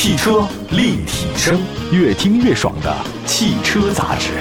汽车立体声，越听越爽的汽车杂志。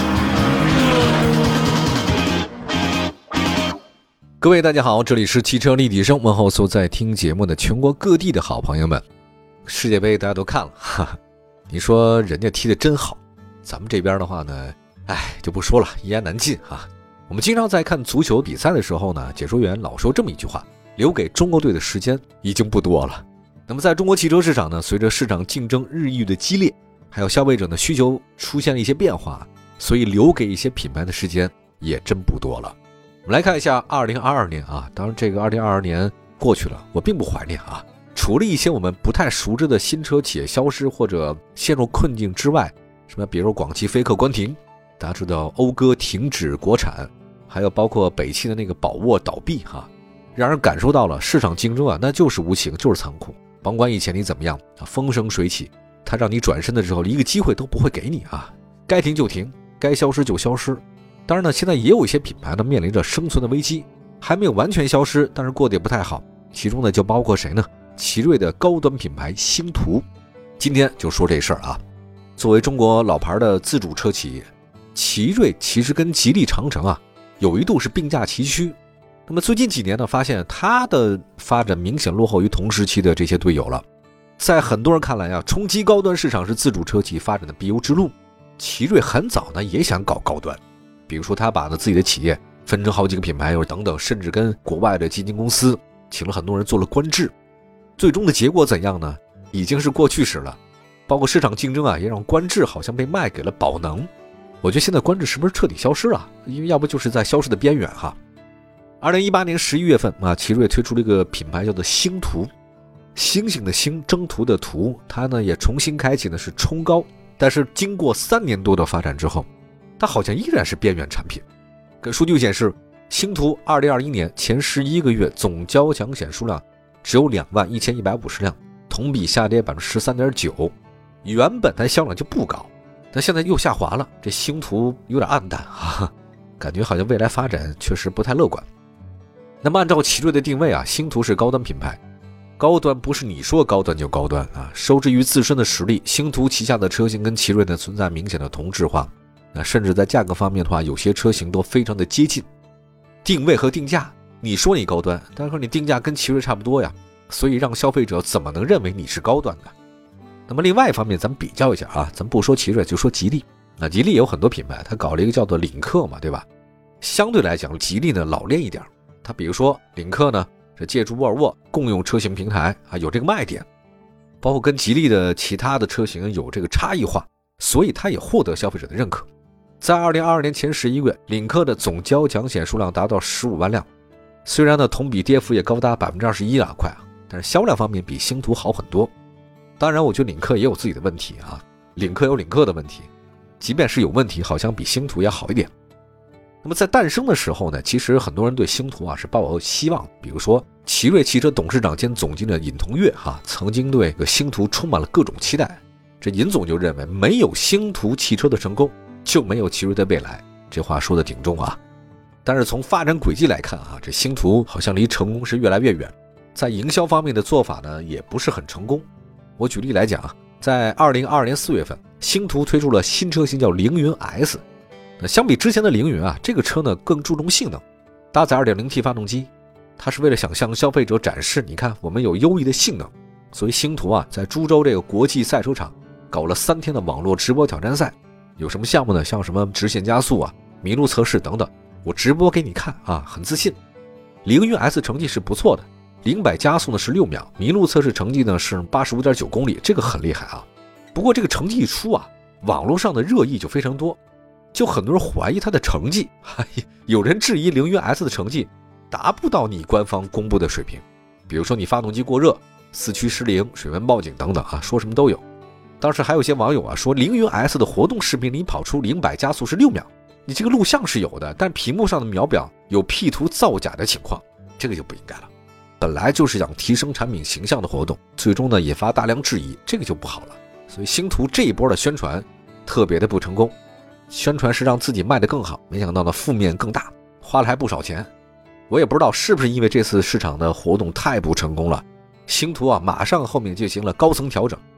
各位大家好，这里是汽车立体声，问候所在听节目的全国各地的好朋友们。世界杯大家都看了，你说人家踢得真好，咱们这边的话呢，就不说了，一言难尽啊。我们经常在看足球比赛的时候呢，解说员老说这么一句话，留给中国队的时间已经不多了。那么在中国汽车市场呢，随着市场竞争日益的激烈，还有消费者的需求出现了一些变化，所以留给一些品牌的时间也真不多了。我们来看一下2022年啊，当然这个2022年过去了，我并不怀念啊。除了一些我们不太熟知的新车企业消失或者陷入困境之外，什么比如广汽菲克关停，大家知道讴歌停止国产，还有包括北汽的那个宝沃倒闭哈，让人感受到了市场竞争啊，那就是无情，就是残酷。甭管以前你怎么样啊，风生水起，他让你转身的时候一个机会都不会给你啊，该停就停，该消失就消失。当然呢，现在也有一些品牌呢面临着生存的危机，还没有完全消失，但是过得也不太好。其中呢就包括谁呢？奇瑞的高端品牌星途。今天就说这事儿啊。作为中国老牌的自主车企业，奇瑞其实跟吉利、长城啊有一度是并驾齐驱。那么最近几年呢，发现它的发展明显落后于同时期的这些队友了。在很多人看来啊，冲击高端市场是自主车企发展的必由之路。奇瑞很早呢也想搞高端，比如说他把自己的企业分成好几个品牌等等，甚至跟国外的基金公司请了很多人做了官制。最终的结果怎样呢？已经是过去式了。包括市场竞争啊，也让官制好像被卖给了宝能。我觉得现在官制是不是彻底消失了？因为要不就是在消失的边缘哈。2018年11月份啊，奇瑞推出了一个品牌叫做星途，星星的星，征途的途，它呢也重新开启的是冲高，但是经过3年多的发展之后，它好像依然是边缘产品。跟数据显示，星途2021年前11个月总交强险数量只有21150辆，同比下跌 13.9%。原本它销量就不高，但现在又下滑了，这星途有点暗淡啊，感觉好像未来发展确实不太乐观。那么按照奇瑞的定位啊，星途是高端品牌，高端不是你说高端就高端啊。受制于自身的实力，星途旗下的车型跟奇瑞呢存在明显的同质化，那甚至在价格方面的话，有些车型都非常的接近。定位和定价，你说你高端，但是你定价跟奇瑞差不多呀，所以让消费者怎么能认为你是高端的？那么另外一方面，咱们比较一下啊，咱们不说奇瑞就说吉利。那吉利有很多品牌，它搞了一个叫做领克嘛，对吧？相对来讲，吉利呢老练一点，它比如说领克呢是借助沃尔沃共用车型平台啊，有这个卖点，包括跟吉利的其他的车型有这个差异化，所以它也获得消费者的认可。在2022年前11个月，领克的总交强险数量达到15万辆，虽然呢同比跌幅也高达 21% 啊，快啊，但是销量方面比星途好很多。当然我觉得领克也有自己的问题啊，领克有领克的问题，即便是有问题，好像比星途也好一点。那么在诞生的时候呢，其实很多人对星途啊是抱有希望，比如说奇瑞汽车董事长兼总经理尹同跃曾经对这个星途充满了各种期待。这尹总就认为，没有星途汽车的成功，就没有奇瑞的未来。这话说的挺重啊。但是从发展轨迹来看啊，这星途好像离成功是越来越远，在营销方面的做法呢也不是很成功。我举例来讲啊，在2022年4月份，星途推出了新车型叫凌云 S。 那相比之前的凌云啊，这个车呢更注重性能，搭载 2.0T 发动机，它是为了想向消费者展示，你看我们有优异的性能。所以星途啊在株洲这个国际赛车场搞了3天的网络直播挑战赛，有什么项目呢？像什么直线加速啊、麋鹿测试等等，我直播给你看啊，很自信。凌云 S 成绩是不错的，0-100加速呢是6秒，麋鹿测试成绩呢是 85.9 公里，这个很厉害啊。不过这个成绩一出啊，网络上的热议就非常多，就很多人怀疑它的成绩，有人质疑凌云 S 的成绩达不到你官方公布的水平，比如说你发动机过热、四驱失灵、水温报警等等啊，说什么都有。当时还有些网友啊说，凌云 S 的活动视频里跑出0-100加速是6秒，你这个录像是有的，但屏幕上的秒表有 P 图造假的情况，这个就不应该了。本来就是想提升产品形象的活动，最终呢引发大量质疑，这个就不好了。所以星途这一波的宣传特别的不成功，宣传是让自己卖得更好，没想到呢负面更大，花了还不少钱。我也不知道是不是因为这次市场的活动太不成功了，星途啊马上后面进行了高层调整，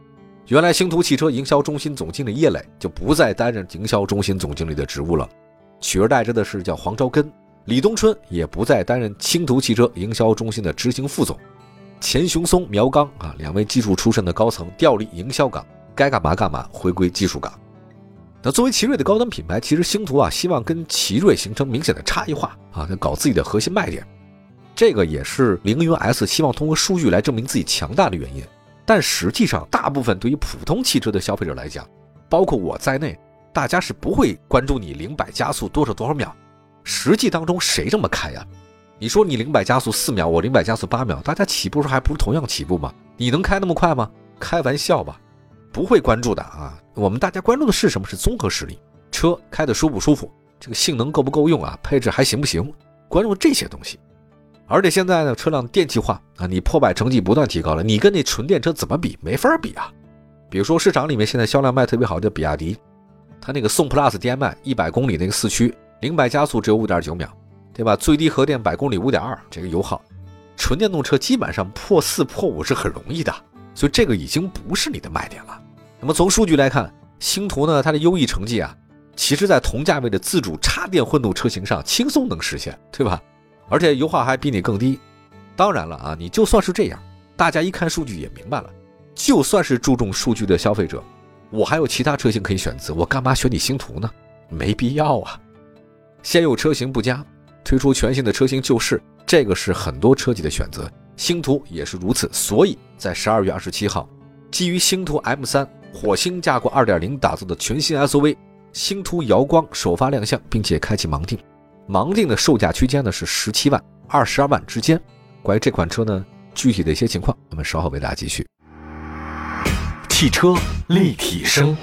原来星途汽车营销中心总经理叶磊就不再担任营销中心总经理的职务了，取而代之的是叫黄昭根。李东春也不再担任星途汽车营销中心的执行副总。钱雄松、苗刚两位技术出身的高层调离营销岗，该干嘛干嘛，回归技术岗。那作为奇瑞的高端品牌，其实星途希望跟奇瑞形成明显的差异化搞自己的核心卖点。这个也是凌云 S 希望通过数据来证明自己强大的原因。但实际上，大部分对于普通汽车的消费者来讲，包括我在内，大家是不会关注你0-100加速多少秒。实际当中谁这么开呀？你说你0-100加速4秒，我0-100加速8秒，大家起步时候还不是同样起步吗？你能开那么快吗？开玩笑吧，不会关注的我们大家关注的是什么？是综合实力，车开得舒不舒服，这个性能够不够用配置还行不行？关注这些东西。而且现在呢，车辆电气化你破百成绩不断提高了，你跟那纯电车怎么比？没法比啊。比如说市场里面现在销量卖特别好的比亚迪，它那个宋 Plus DM-i 100公里那个4驱0-100加速只有 5.9 秒，对吧？最低核电100公里 5.2 这个油耗，纯电动车基本上破4破5是很容易的，所以这个已经不是你的卖点了。那么从数据来看，星途呢它的优异成绩其实在同价位的自主插电混动车型上轻松能实现，对吧？而且油耗还比你更低。当然了你就算是这样，大家一看数据也明白了，就算是注重数据的消费者，我还有其他车型可以选择，我干嘛选你星途呢？没必要现有车型不佳，推出全新的车型救市，这个是很多车企的选择，星途也是如此。所以在12月27号，基于星途 M3 火星架构 2.0 打造的全新 SUV 星途瑶光首发亮相，并且开启盲定。盲定的售价区间呢是17万、22万之间。关于这款车呢，具体的一些情况，我们稍后为大家继续。 汽车立体声，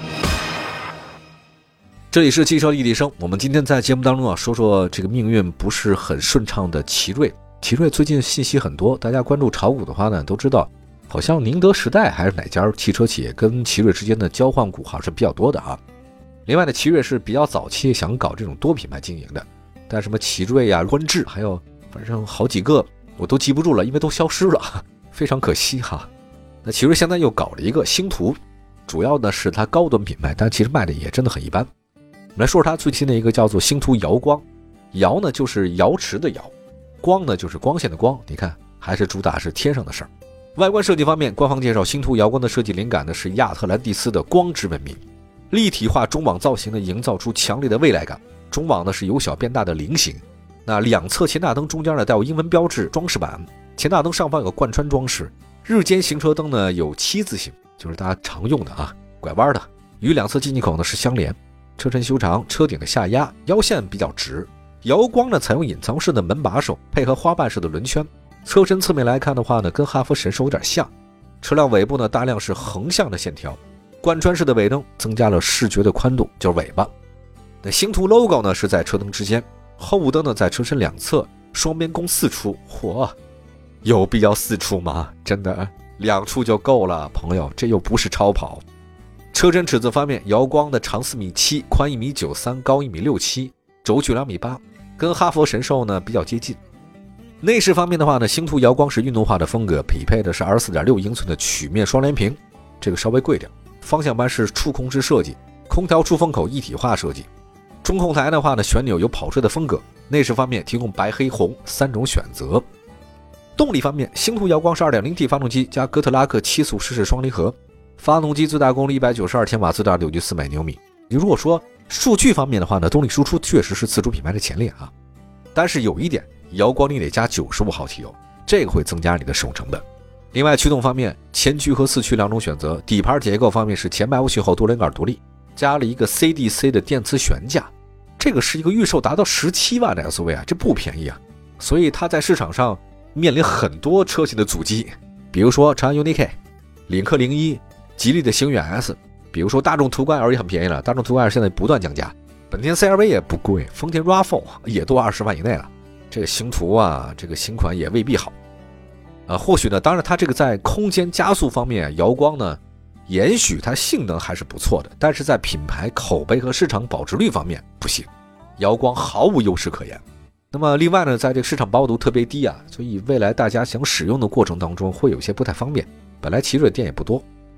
这里是汽车立体声。我们今天在节目当中说说这个命运不是很顺畅的奇瑞。奇瑞最近信息很多，大家关注炒股的话呢，都知道好像宁德时代还是哪家汽车企业跟奇瑞之间的交换股是比较多的另外呢，奇瑞是比较早期想搞这种多品牌经营的，但什么奇瑞观致，还有反正好几个我都记不住了，因为都消失了，非常可惜那奇瑞现在又搞了一个星途，主要呢是它高端品牌，但其实卖的也真的很一般。我们来说说它最新的一个叫做星途瑶光。瑶呢就是瑶池的瑶，光呢就是光线的光，你看还是主打是天上的事儿。外观设计方面，官方介绍星途瑶光的设计灵感呢是亚特兰蒂斯的光之文明，立体化中网造型呢营造出强烈的未来感。中网呢是由小变大的菱形，那两侧前大灯中间呢带有英文标志装饰板，前大灯上方有个贯穿装饰，日间行车灯呢有7字形，就是大家常用的拐弯的，与两侧进气口呢是相连。车身修长，车顶的下压，腰线比较直。瑶光呢采用隐藏式的门把手，配合花瓣式的轮圈。车身侧面来看的话呢，跟哈弗神兽有点像。车辆尾部呢大量是横向的线条，贯穿式的尾灯增加了视觉的宽度，就是尾巴。那星途 logo 呢是在车灯之间，后雾灯呢在车身两侧，双边共4出。有必要4出吗？真的2处就够了，朋友，这又不是超跑。车身尺寸方面，瑶光的长4.7米，宽1.93米，高1.67米，轴距2.8米，跟哈弗神兽呢比较接近。内饰方面的话呢，星途瑶光是运动化的风格，匹配的是 24.6英寸的曲面双联屏，这个稍微贵点。方向盘是触控式设计，空调出风口一体化设计。中控台的话呢，旋钮有跑车的风格。内饰方面提供白黑红3种选择。动力方面，星途瑶光是 2.0T 发动机加哥特拉克7速湿式双离合，发动机最大功率192千瓦，最大扭矩400牛米。你如果说数据方面的话呢，动力输出确实是自主品牌的前列但是有一点，瑶光你得加95号汽油，这个会增加你的使用成本。另外驱动方面，前驱和4驱2种选择。底盘结构方面是前8伏后多连杆独立，加了一个 CDC 的电磁悬架，这个是一个预售达到17万的 SUV 这不便宜所以它在市场上面临很多车型的阻击，比如说长安 UNI-K、领克01、吉利的星越 S， 比如说大众途观 L 也很便宜了，大众途观 L 现在不断降价，本田 CR-V 也不贵，丰田 RAV4 也都20万以内了。这个星途这个新款也未必好或许呢，当然它这个在空间加速方面，瑶光呢也许它性能还是不错的，但是在品牌口碑和市场保值率方面不行，瑶光毫无优势可言。那么另外呢，在这个市场饱和度特别低所以未来大家想使用的过程当中会有些不太方便，本来奇瑞店也不多。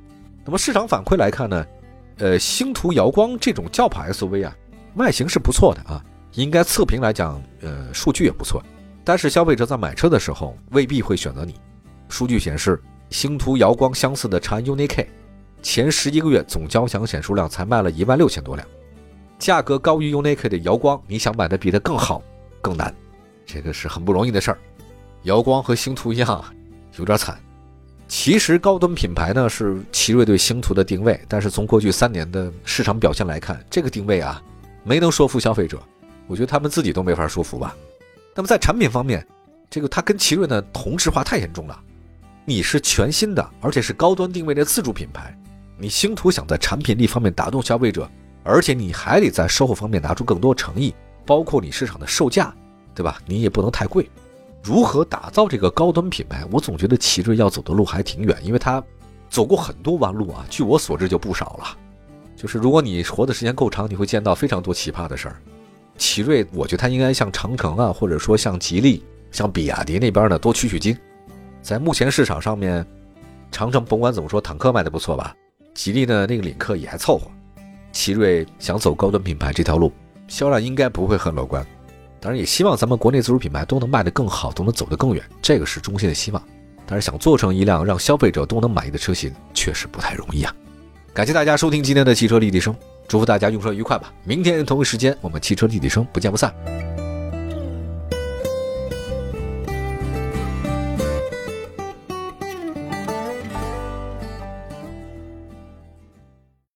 那么市场反馈来看呢，星途瑶光这种轿跑 SUV 啊，外形是不错的啊，应该测评来讲，数据也不错。但是消费者在买车的时候未必会选择你。数据显示，星途瑶光相似的长安 UNI-K 前11个月总交强险数量才卖了16000多辆，价格高于 UNI-K 的瑶光，你想买的比它更好更难，这个是很不容易的事儿。瑶光和星途一样，有点惨。其实高端品牌呢是奇瑞对星途的定位，但是从过去3年的市场表现来看，这个定位啊没能说服消费者，我觉得他们自己都没法说服吧。那么在产品方面，这个它跟奇瑞呢同质化太严重了。你是全新的而且是高端定位的自主品牌，你星途想在产品力方面打动消费者，而且你还得在售后方面拿出更多诚意，包括你市场的售价，对吧？你也不能太贵。如何打造这个高端品牌，我总觉得奇瑞要走的路还挺远，因为它走过很多弯路啊，据我所知就不少了。就是如果你活的时间够长，你会见到非常多奇葩的事儿。奇瑞我觉得它应该像长城啊，或者说像吉利、像比亚迪那边呢多取取经。在目前市场上面，长城甭管怎么说，坦克卖的不错吧，吉利呢那个领克也还凑合。奇瑞想走高端品牌这条路，销量应该不会很乐观。当然也希望咱们国内自主品牌都能卖得更好，都能走得更远，这个是衷心的希望。但是想做成一辆让消费者都能满意的车型，确实不太容易啊。感谢大家收听今天的汽车立体声，祝福大家用车愉快吧。明天同一时间我们汽车立体声不见不散。